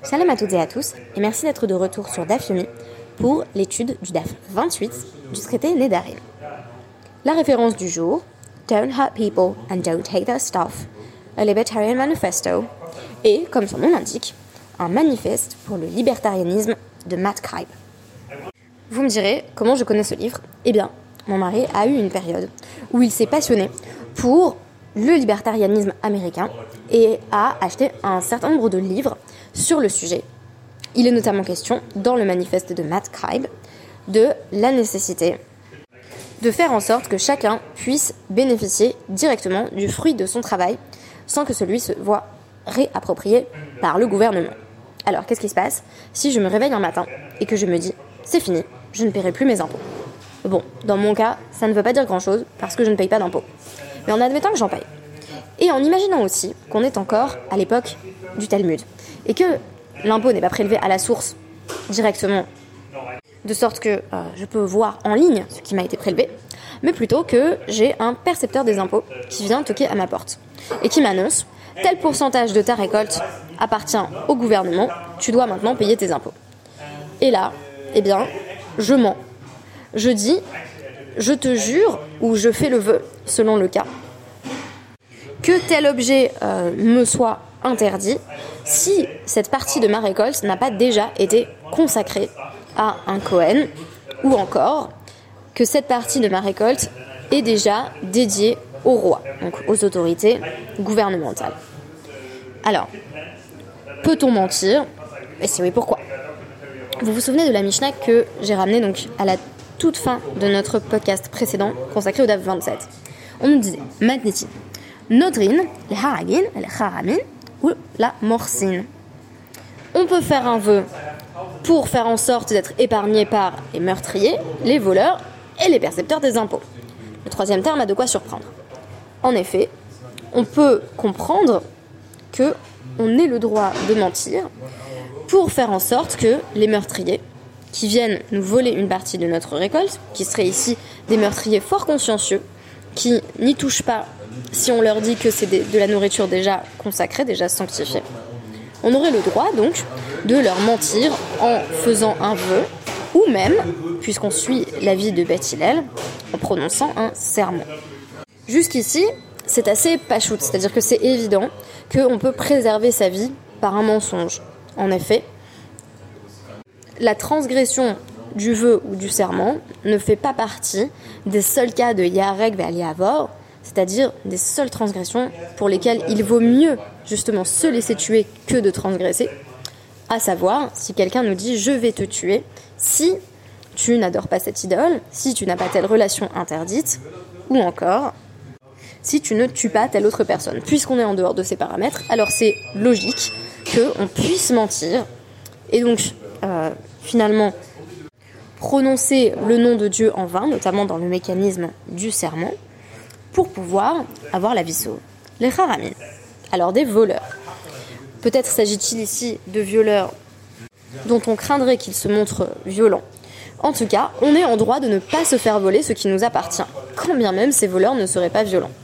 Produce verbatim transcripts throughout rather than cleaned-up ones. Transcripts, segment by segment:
Shalom à toutes et à tous, et merci d'être de retour sur Daf Yomi pour l'étude du Daf vingt-huit du traité Nedarim. La référence du jour, Don't hurt people and don't take their stuff, a Libertarian Manifesto, est, comme son nom l'indique, un manifeste pour le libertarianisme de Matt Keibe. Vous me direz, comment je connais ce livre ? Eh bien, mon mari a eu une période où il s'est passionné pour le libertarianisme américain et a acheté un certain nombre de livres sur le sujet. Il est notamment question, dans le manifeste de Matt Keibe, de la nécessité de faire en sorte que chacun puisse bénéficier directement du fruit de son travail sans que celui se voit réapproprié par le gouvernement. Alors, qu'est-ce qui se passe si je me réveille un matin et que je me dis « c'est fini, je ne paierai plus mes impôts ». Bon, dans mon cas, ça ne veut pas dire grand-chose parce que je ne paye pas d'impôts. Mais en admettant que j'en paye. Et en imaginant aussi qu'on est encore à l'époque du Talmud et que l'impôt n'est pas prélevé à la source directement, de sorte que euh, je peux voir en ligne ce qui m'a été prélevé, mais plutôt que j'ai un percepteur des impôts qui vient toquer à ma porte et qui m'annonce « tel pourcentage de ta récolte appartient au gouvernement, tu dois maintenant payer tes impôts ». Et là, eh bien, je mens. Je dis « je te jure » ou « je fais le vœu » selon le cas, que tel objet euh, me soit interdit si cette partie de ma récolte n'a pas déjà été consacrée à un Kohen, ou encore que cette partie de ma récolte est déjà dédiée au roi, donc aux autorités gouvernementales. Alors, peut-on mentir ? Et si oui, pourquoi ? Vous vous souvenez de la Mishnah que j'ai ramenée donc à la toute fin de notre podcast précédent consacré au Daf vingt-sept. On nous disait « Matniti » Nodrin, les haragin, les haramin ou la morcine. On peut faire un vœu pour faire en sorte d'être épargné par les meurtriers, les voleurs et les percepteurs des impôts. Le troisième terme a de quoi surprendre. En effet, on peut comprendre qu'on ait le droit de mentir pour faire en sorte que les meurtriers qui viennent nous voler une partie de notre récolte, qui seraient ici des meurtriers fort consciencieux, qui n'y touchent pas si on leur dit que c'est de la nourriture déjà consacrée, déjà sanctifiée. On aurait le droit donc de leur mentir en faisant un vœu, ou même, puisqu'on suit l'avis de Beth Hillel, en prononçant un serment. Jusqu'ici, c'est assez pachout, c'est-à-dire que c'est évident qu'on peut préserver sa vie par un mensonge. En effet, la transgression du vœu ou du serment ne fait pas partie des seuls cas de Yarek ve'al Ya'avor, c'est-à-dire des seules transgressions pour lesquelles il vaut mieux justement se laisser tuer que de transgresser, à savoir si quelqu'un nous dit « je vais te tuer » si tu n'adores pas cette idole, si tu n'as pas telle relation interdite, ou encore si tu ne tues pas telle autre personne. Puisqu'on est en dehors de ces paramètres, alors c'est logique qu'on puisse mentir, et donc euh, finalement prononcer le nom de Dieu en vain, notamment dans le mécanisme du serment, pour pouvoir avoir la vie sauve. Les haramin, alors des voleurs. Peut-être s'agit-il ici de violeurs dont on craindrait qu'ils se montrent violents. En tout cas, on est en droit de ne pas se faire voler ce qui nous appartient, quand bien même ces voleurs ne seraient pas violents.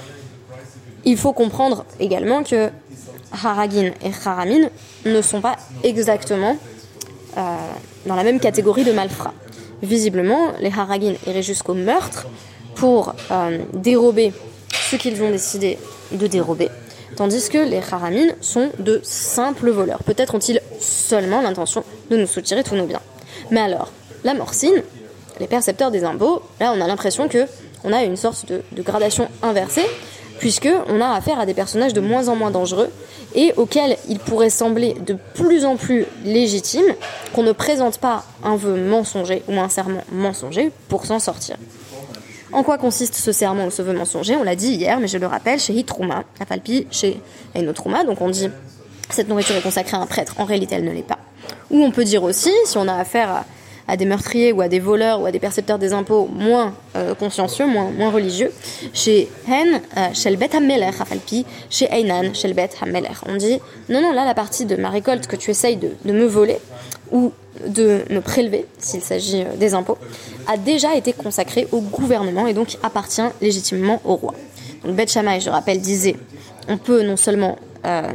Il faut comprendre également que haragin et haramin ne sont pas exactement euh, dans la même catégorie de malfrats. Visiblement, les haragin iraient jusqu'au meurtre pour euh, dérober ce qu'ils ont décidé de dérober, tandis que les haramin sont de simples voleurs. Peut-être ont-ils seulement l'intention de nous soutirer tous nos biens. Mais alors, la morcine, les percepteurs des impôts, là on a l'impression qu'on a une sorte de, de gradation inversée, puisqu'on a affaire à des personnages de moins en moins dangereux et auxquels il pourrait sembler de plus en plus légitime qu'on ne présente pas un vœu mensonger ou un serment mensonger pour s'en sortir. En quoi consiste ce serment ou ce vœu mensonger ? On l'a dit hier, mais je le rappelle, chez Hitrouma, la Falpi, chez Einotrouma, donc on dit cette nourriture est consacrée à un prêtre, en réalité elle ne l'est pas. Ou on peut dire aussi, si on a affaire à, à des meurtriers ou à des voleurs ou à des percepteurs des impôts moins euh, consciencieux, moins, moins religieux, chez Hen, chez Bet HaMelech, la Falpi, chez Einan, chez Bet HaMelech. On dit non, non, là la partie de ma récolte que tu essayes de, de me voler, ou de me prélever, s'il s'agit des impôts, a déjà été consacré au gouvernement et donc appartient légitimement au roi. Donc Beth Shammai, je rappelle, disait on peut non seulement euh,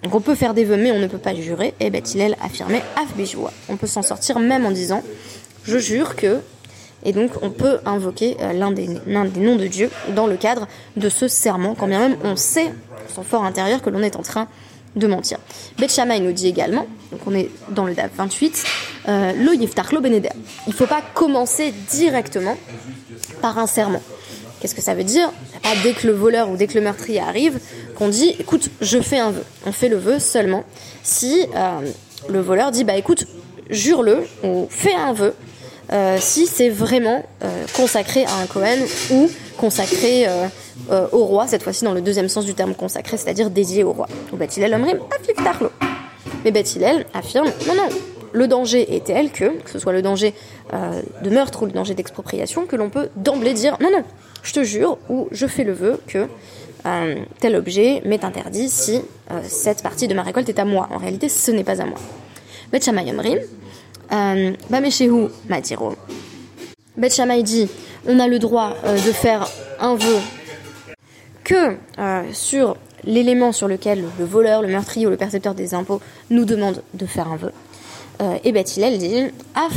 Donc on peut faire des vœux, mais on ne peut pas jurer. Et Bet Hillel affirmait Af Bijvoua. On peut s'en sortir même en disant je jure que. Et donc on peut invoquer euh, l'un, des, l'un des noms de Dieu dans le cadre de ce serment, quand bien même on sait, son fort intérieur, que l'on est en train de mentir. Bet Shammai nous dit également, donc on est dans le Daf vingt-huit, euh, Lo yiftach lo beneder. Il ne faut pas commencer directement par un serment. Qu'est-ce que ça veut dire ? Pas dès que le voleur ou dès que le meurtrier arrive, qu'on dit, écoute, je fais un vœu. On fait le vœu seulement si euh, le voleur dit, bah écoute, jure-le, ou fais un vœu, euh, si c'est vraiment euh, consacré à un Kohen ou consacré euh, euh, au roi, cette fois-ci dans le deuxième sens du terme consacré, c'est-à-dire dédié au roi. Ou Bet Hillel omrim, afif tarlo. Mais Bet Hillel affirme, non, non, le danger est tel que, que ce soit le danger euh, de meurtre ou le danger d'expropriation, que l'on peut d'emblée dire, non, non, je te jure, ou je fais le vœu que euh, tel objet m'est interdit si euh, cette partie de ma récolte est à moi. En réalité, ce n'est pas à moi. Bet Shammai omrim, Bameshehu matiro. Bet Shammai dit, on a le droit euh, de faire un vœu que euh, sur l'élément sur lequel le voleur, le meurtrier ou le percepteur des impôts nous demande de faire un vœu. Euh, et Bet Hillel dit, Af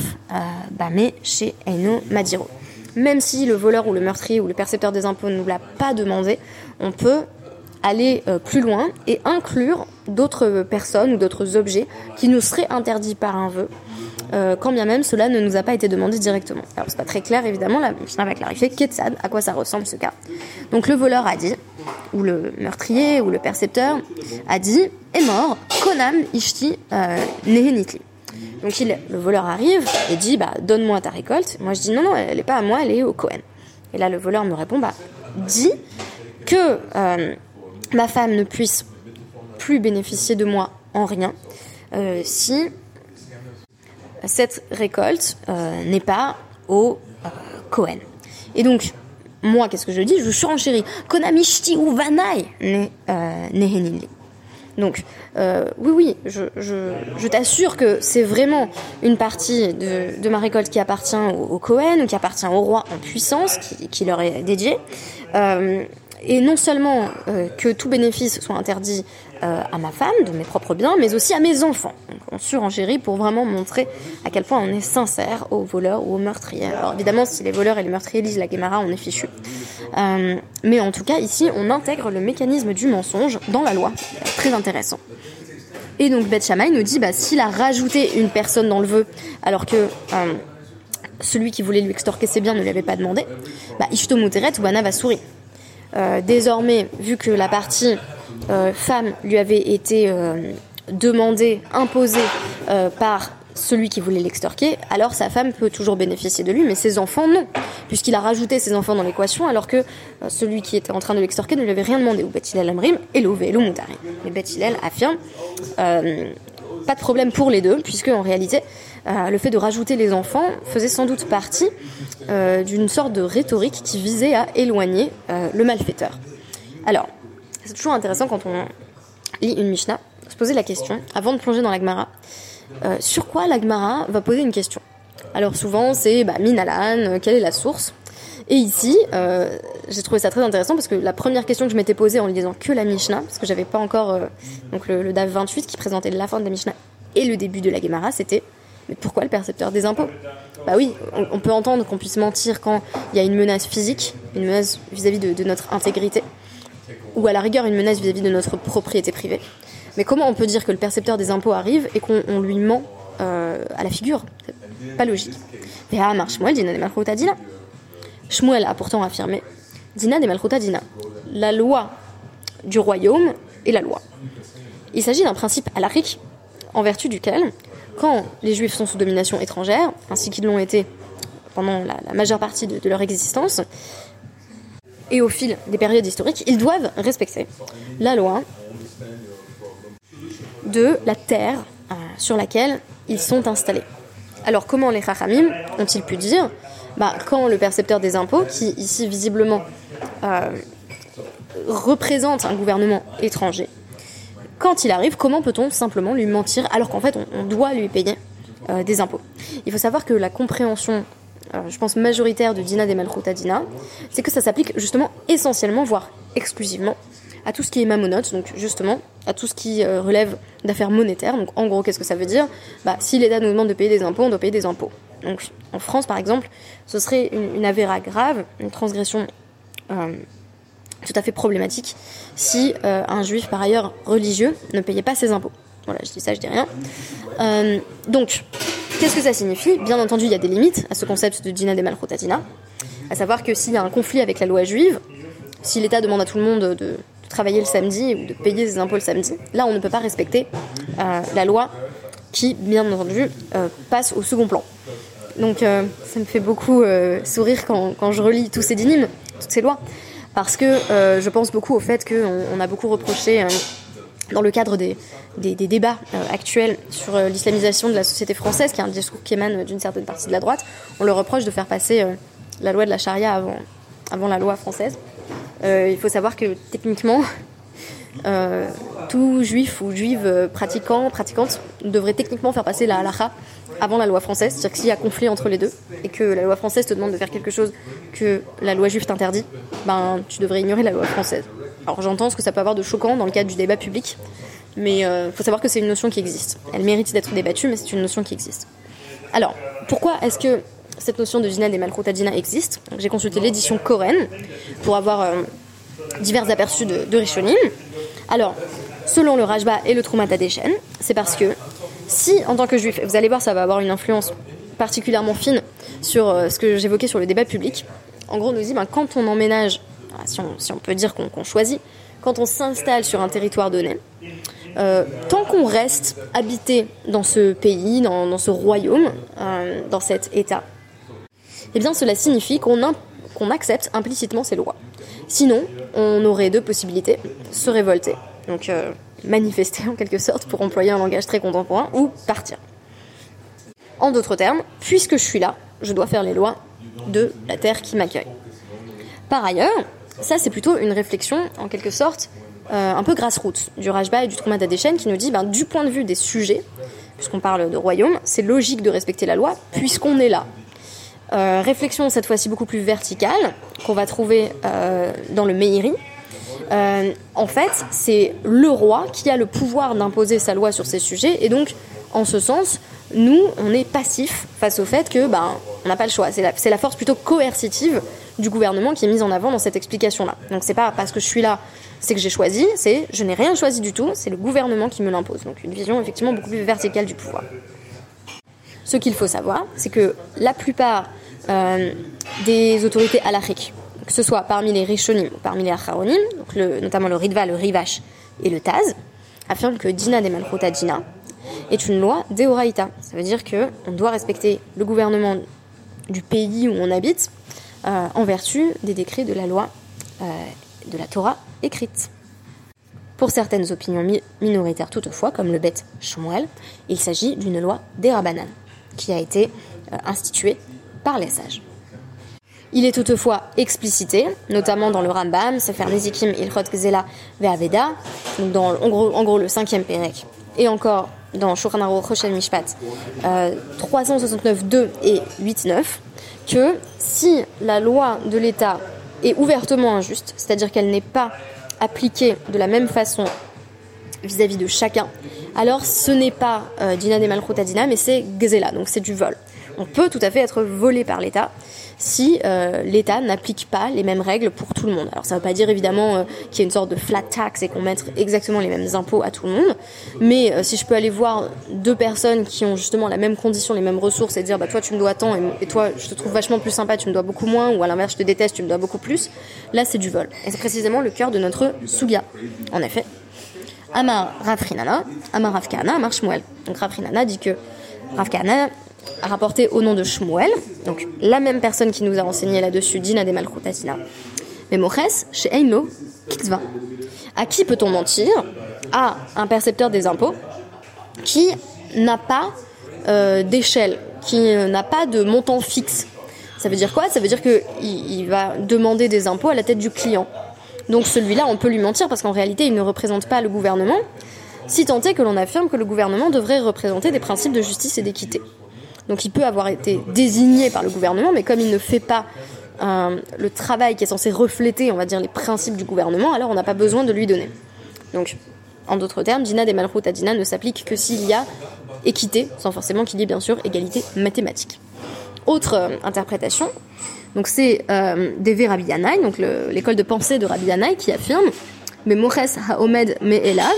Bameshehu matiro. Même si le voleur ou le meurtrier ou le percepteur des impôts ne nous l'a pas demandé, on peut aller euh, plus loin et inclure d'autres personnes ou d'autres objets qui nous seraient interdits par un vœu, euh, quand bien même cela ne nous a pas été demandé directement. Alors c'est pas très clair évidemment, la Mishnah va clarifier Ketzad, à quoi ça ressemble ce cas. Donc le voleur a dit, ou le meurtrier ou le percepteur a dit, est mort, Konam Ishti euh, Nehenitli. Donc il, le voleur arrive et dit bah donne-moi ta récolte. Moi je dis non non, elle n'est pas à moi, elle est au Kohen. Et là le voleur me répond bah dis que euh, ma femme ne puisse plus bénéficier de moi en rien euh, si cette récolte euh, n'est pas au euh, Kohen. Et donc moi qu'est-ce que je dis ? Je surenchéris Konamishti ou Vanai ne Nehenili. Donc, euh, oui, oui, je, je, je t'assure que c'est vraiment une partie de, de ma récolte qui appartient au, au Kohen ou qui appartient au roi en puissance, qui, qui leur est dédié. Euh, et non seulement euh, que tout bénéfice soit interdit euh, à ma femme, de mes propres biens, mais aussi à mes enfants. Donc, on surenchérit pour vraiment montrer à quel point on est sincère aux voleurs ou aux meurtriers. Alors évidemment, si les voleurs et les meurtriers lisent la Gemara, on est fichu. Euh, mais en tout cas, ici, on intègre le mécanisme du mensonge dans la loi. Très intéressant. Et donc, Bet Shammai nous dit, bah, s'il a rajouté une personne dans le vœu, alors que euh, celui qui voulait lui extorquer ses biens ne lui avait pas demandé, bah, Ishto Muteret ou Bana va sourire. Euh, désormais, vu que la partie euh, femme lui avait été euh, demandée, imposée euh, par celui qui voulait l'extorquer, alors sa femme peut toujours bénéficier de lui, mais ses enfants non, puisqu'il a rajouté ses enfants dans l'équation, alors que euh, celui qui était en train de l'extorquer ne lui avait rien demandé. Ou Bet Hillel amrim, Elove, Elo Mutari. Mais Bet Hillel affirme, euh, pas de problème pour les deux, puisque en réalité, euh, le fait de rajouter les enfants faisait sans doute partie euh, d'une sorte de rhétorique qui visait à éloigner euh, le malfaiteur. Alors, c'est toujours intéressant quand on lit une Mishnah, se poser la question, avant de plonger dans la Gemara, Euh, sur quoi la Gemara va poser une question. Alors souvent c'est bah, Minalan, euh, quelle est la source ? Et ici, euh, j'ai trouvé ça très intéressant parce que la première question que je m'étais posée en lisant que la Mishnah, parce que j'avais pas encore euh, donc le, le Daf vingt-huit qui présentait la fin de la Mishnah et le début de la Gemara, c'était mais pourquoi le percepteur des impôts ? Bah oui, on, on peut entendre qu'on puisse mentir quand il y a une menace physique, une menace vis-à-vis de, de notre intégrité, ou à la rigueur une menace vis-à-vis de notre propriété privée. Mais comment on peut dire que le percepteur des impôts arrive et qu'on on lui ment euh, à la figure ? C'est pas logique. Shmuel Dina de Malchuta Dina. Shmuel a pourtant affirmé Dina de Malchuta Dina. La loi du royaume est la loi. Il s'agit d'un principe halakhique en vertu duquel, quand les Juifs sont sous domination étrangère, ainsi qu'ils l'ont été pendant la, la majeure partie de, de leur existence, et au fil des périodes historiques, ils doivent respecter la loi de la terre euh, sur laquelle ils sont installés. Alors comment les Chachamim ont-ils pu dire bah, quand le percepteur des impôts, qui ici visiblement euh, représente un gouvernement étranger, quand il arrive, comment peut-on simplement lui mentir alors qu'en fait on, on doit lui payer euh, des impôts ? Il faut savoir que la compréhension, euh, je pense majoritaire de Dina des Malchuta Dina, c'est que ça s'applique justement essentiellement, voire exclusivement, à tout ce qui est mamonote, donc justement à tout ce qui euh, relève d'affaires monétaires. Donc en gros, qu'est-ce que ça veut dire ? Bah, si l'État nous demande de payer des impôts, on doit payer des impôts. Donc en France, par exemple, ce serait une, une avéra grave, une transgression euh, tout à fait problématique, si euh, un juif, par ailleurs religieux, ne payait pas ses impôts. Voilà, je dis ça, je dis rien. Euh, donc, qu'est-ce que ça signifie ? Bien entendu, il y a des limites à ce concept de Dina de Malchut Dina, à savoir que s'il y a un conflit avec la loi juive, si l'État demande à tout le monde de, de travailler le samedi ou de payer ses impôts le samedi, là on ne peut pas respecter euh, la loi qui, bien entendu, euh, passe au second plan. Donc euh, ça me fait beaucoup euh, sourire quand, quand je relis tous ces dynimes, toutes ces lois, parce que euh, je pense beaucoup au fait qu'on on a beaucoup reproché, euh, dans le cadre des, des, des débats euh, actuels sur euh, l'islamisation de la société française, qui est un discours qui émane d'une certaine partie de la droite, on leur reproche de faire passer euh, la loi de la charia avant, avant la loi française. Euh, il faut savoir que techniquement, euh, tout juif ou juive euh, pratiquant, pratiquante devrait techniquement faire passer la halakha avant la loi française. C'est-à-dire que s'il y a conflit entre les deux et que la loi française te demande de faire quelque chose que la loi juive t'interdit, ben tu devrais ignorer la loi française. Alors j'entends ce que ça peut avoir de choquant dans le cadre du débat public, mais il euh, faut savoir que c'est une notion qui existe. Elle mérite d'être débattue, mais c'est une notion qui existe. Alors, pourquoi est-ce que cette notion de Dina des Malchut Dina existe ? Donc, j'ai consulté l'édition Koren pour avoir euh, divers aperçus de, de Rishonim. Alors, selon le Rashba et le Trumat Hadeshen, c'est parce que si, en tant que juif, vous allez voir, ça va avoir une influence particulièrement fine sur euh, ce que j'évoquais sur le débat public. En gros, on nous dit, ben, quand on emménage, si on, si on peut dire qu'on, qu'on choisit, quand on s'installe sur un territoire donné, Euh, tant qu'on reste habité dans ce pays, dans, dans ce royaume, euh, dans cet état, eh bien cela signifie qu'on, in, qu'on accepte implicitement ces lois. Sinon, on aurait deux possibilités, se révolter, donc euh, manifester en quelque sorte pour employer un langage très contemporain, ou partir. En d'autres termes, puisque je suis là, je dois faire les lois de la terre qui m'accueille. Par ailleurs, ça c'est plutôt une réflexion en quelque sorte Euh, un peu grassroots du Rashba et du Trumat Hadeshen qui nous dit ben, du point de vue des sujets, puisqu'on parle de royaume, c'est logique de respecter la loi puisqu'on est là. Euh, réflexion cette fois-ci beaucoup plus verticale qu'on va trouver euh, dans le Meiri. Euh, en fait, c'est le roi qui a le pouvoir d'imposer sa loi sur ces sujets et donc, en ce sens, nous, on est passifs face au fait que ben, on n'a pas le choix. C'est la, c'est la force plutôt coercitive du gouvernement qui est mise en avant dans cette explication-là. Donc c'est pas parce que je suis là, c'est que j'ai choisi, c'est je n'ai rien choisi du tout, c'est le gouvernement qui me l'impose. Donc une vision effectivement beaucoup plus verticale du pouvoir. Ce qu'il faut savoir, c'est que la plupart euh, des autorités halachiques, que ce soit parmi les Rishonim ou parmi les Acharonim, donc le, notamment le Ritva, le Rivash et le Taz, affirment que Dina de Malchut Dina est une loi d'Eoraïta. Ça veut dire qu'on doit respecter le gouvernement du pays où on habite euh, en vertu des décrets de la loi euh, de la Torah écrite. Pour certaines opinions mi- minoritaires toutefois, comme le Bet Shmuel, il s'agit d'une loi des Rabbanan, qui a été euh, instituée par les sages. Il est toutefois explicité, notamment dans le Rambam, Sefer Nezikim, Ilchot Gzela Ve'aveda, donc dans en gros, en gros le cinquième Pérec, et encore dans Shulchan Aruch Choshen Mishpat euh, trois cent soixante-neuf deux et huit neuf, que si la loi de l'État est ouvertement injuste, c'est-à-dire qu'elle n'est pas appliquée de la même façon vis-à-vis de chacun, alors ce n'est pas euh, Dina de Malchut Dina, mais c'est Gzela, donc c'est du vol. On peut tout à fait être volé par l'État si euh, l'État n'applique pas les mêmes règles pour tout le monde. Alors ça ne veut pas dire évidemment euh, qu'il y a une sorte de flat tax et qu'on mette exactement les mêmes impôts à tout le monde, mais euh, si je peux aller voir deux personnes qui ont justement la même condition, les mêmes ressources et dire bah toi tu me dois tant et, et toi je te trouve vachement plus sympa, tu me dois beaucoup moins, ou à l'inverse je te déteste, tu me dois beaucoup plus, là c'est du vol. Et c'est précisément le cœur de notre Sugia. En effet, Amar Rav Chinana, Amar Rav Kahana, Amar Shmuel. Donc Rav Chinana dit que Rav Kahana a rapporté au nom de Shmuel, donc la même personne qui nous a renseigné là-dessus, Dina de Malchut Dina. Mais Moches, chez Einlo, Kitzva. À qui peut-on mentir ? À un percepteur des impôts qui n'a pas euh, d'échelle, qui n'a pas de montant fixe. Ça veut dire quoi ? Ça veut dire qu'il il va demander des impôts à la tête du client. Donc celui-là, on peut lui mentir parce qu'en réalité, il ne représente pas le gouvernement, si tant est que l'on affirme que le gouvernement devrait représenter des principes de justice et d'équité. Donc il peut avoir été désigné par le gouvernement, mais comme il ne fait pas euh, le travail qui est censé refléter, on va dire, les principes du gouvernement, alors on n'a pas besoin de lui donner. Donc, en d'autres termes, Dina des Malchut Adina ne s'applique que s'il y a équité, sans forcément qu'il y ait bien sûr égalité mathématique. Autre euh, interprétation, donc c'est euh, d'Evé Rabbi Yannai, donc le, l'école de pensée de Rabbi Yannai, qui affirme mais Mores Haomed me Elav,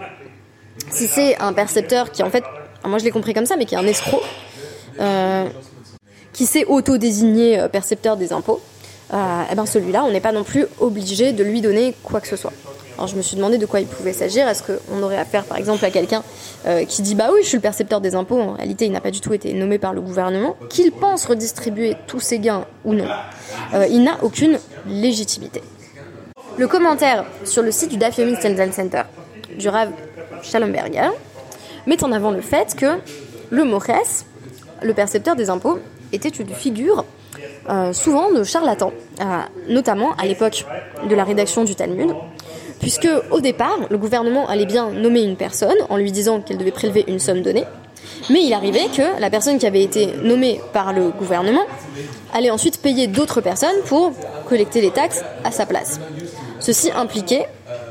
si c'est un percepteur qui en fait, moi je l'ai compris comme ça, mais qui est un escroc, euh, qui s'est auto-désigné percepteur des impôts, euh, et ben celui-là, on n'est pas non plus obligé de lui donner quoi que ce soit. Alors je me suis demandé de quoi il pouvait s'agir. Est-ce qu'on aurait affaire par exemple à quelqu'un euh, qui dit bah oui je suis le percepteur des impôts, en réalité il n'a pas du tout été nommé par le gouvernement, qu'il pense redistribuer tous ses gains ou non, euh, il n'a aucune légitimité. Le commentaire sur le site du Daf Yomi Stenzel Center du Rav Schallenberger met en avant le fait que le Mores, le percepteur des impôts, était une figure euh, souvent de charlatan, euh, notamment à l'époque de la rédaction du Talmud, puisque au départ, le gouvernement allait bien nommer une personne en lui disant qu'elle devait prélever une somme donnée, mais il arrivait que la personne qui avait été nommée par le gouvernement allait ensuite payer d'autres personnes pour collecter les taxes à sa place. Ceci impliquait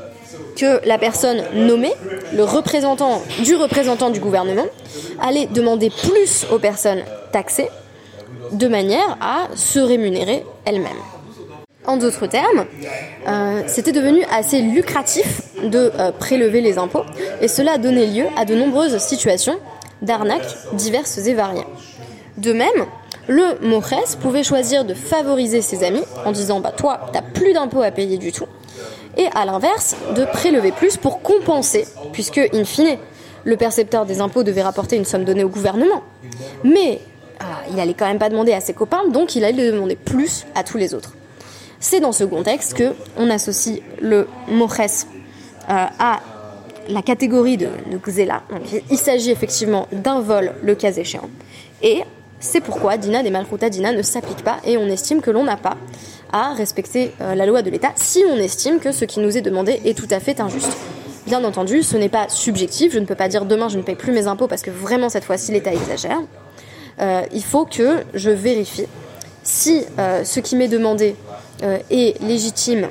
que la personne nommée, le représentant du représentant du gouvernement, allait demander plus aux personnes taxées de manière à se rémunérer elle-même. En d'autres termes, euh, c'était devenu assez lucratif de euh, prélever les impôts et cela a donné lieu à de nombreuses situations d'arnaques diverses et variées. De même, le Mores pouvait choisir de favoriser ses amis en disant bah, « toi, t'as plus d'impôts à payer du tout » et à l'inverse, de prélever plus pour compenser, puisque, in fine, le percepteur des impôts devait rapporter une somme donnée au gouvernement. Mais euh, il allait quand même pas demander à ses copains, donc il allait demander plus à tous les autres. C'est dans ce contexte qu'on associe le Mores euh, à la catégorie de, de Xéla. Donc, il s'agit effectivement d'un vol, le cas échéant. Et c'est pourquoi Dina des Malchut Adina ne s'applique pas et on estime que l'on n'a pas à respecter euh, la loi de l'État si on estime que ce qui nous est demandé est tout à fait injuste. Bien entendu, ce n'est pas subjectif, je ne peux pas dire demain je ne paye plus mes impôts parce que vraiment cette fois-ci l'État exagère. Euh, il faut que je vérifie si euh, ce qui m'est demandé euh, est légitime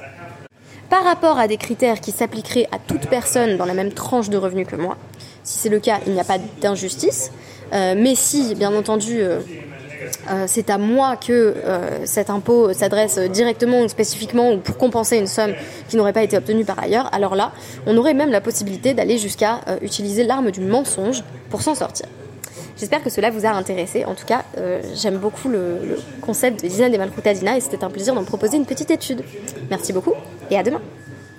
par rapport à des critères qui s'appliqueraient à toute personne dans la même tranche de revenus que moi. Si c'est le cas, il n'y a pas d'injustice. Euh, mais si, bien entendu, euh, euh, c'est à moi que euh, cet impôt s'adresse directement ou spécifiquement ou pour compenser une somme qui n'aurait pas été obtenue par ailleurs, alors là, on aurait même la possibilité d'aller jusqu'à euh, utiliser l'arme du mensonge pour s'en sortir. J'espère que cela vous a intéressé. En tout cas, euh, j'aime beaucoup le, le concept de Dina des Malchut Adina et c'était un plaisir d'en proposer une petite étude. Merci beaucoup et à demain.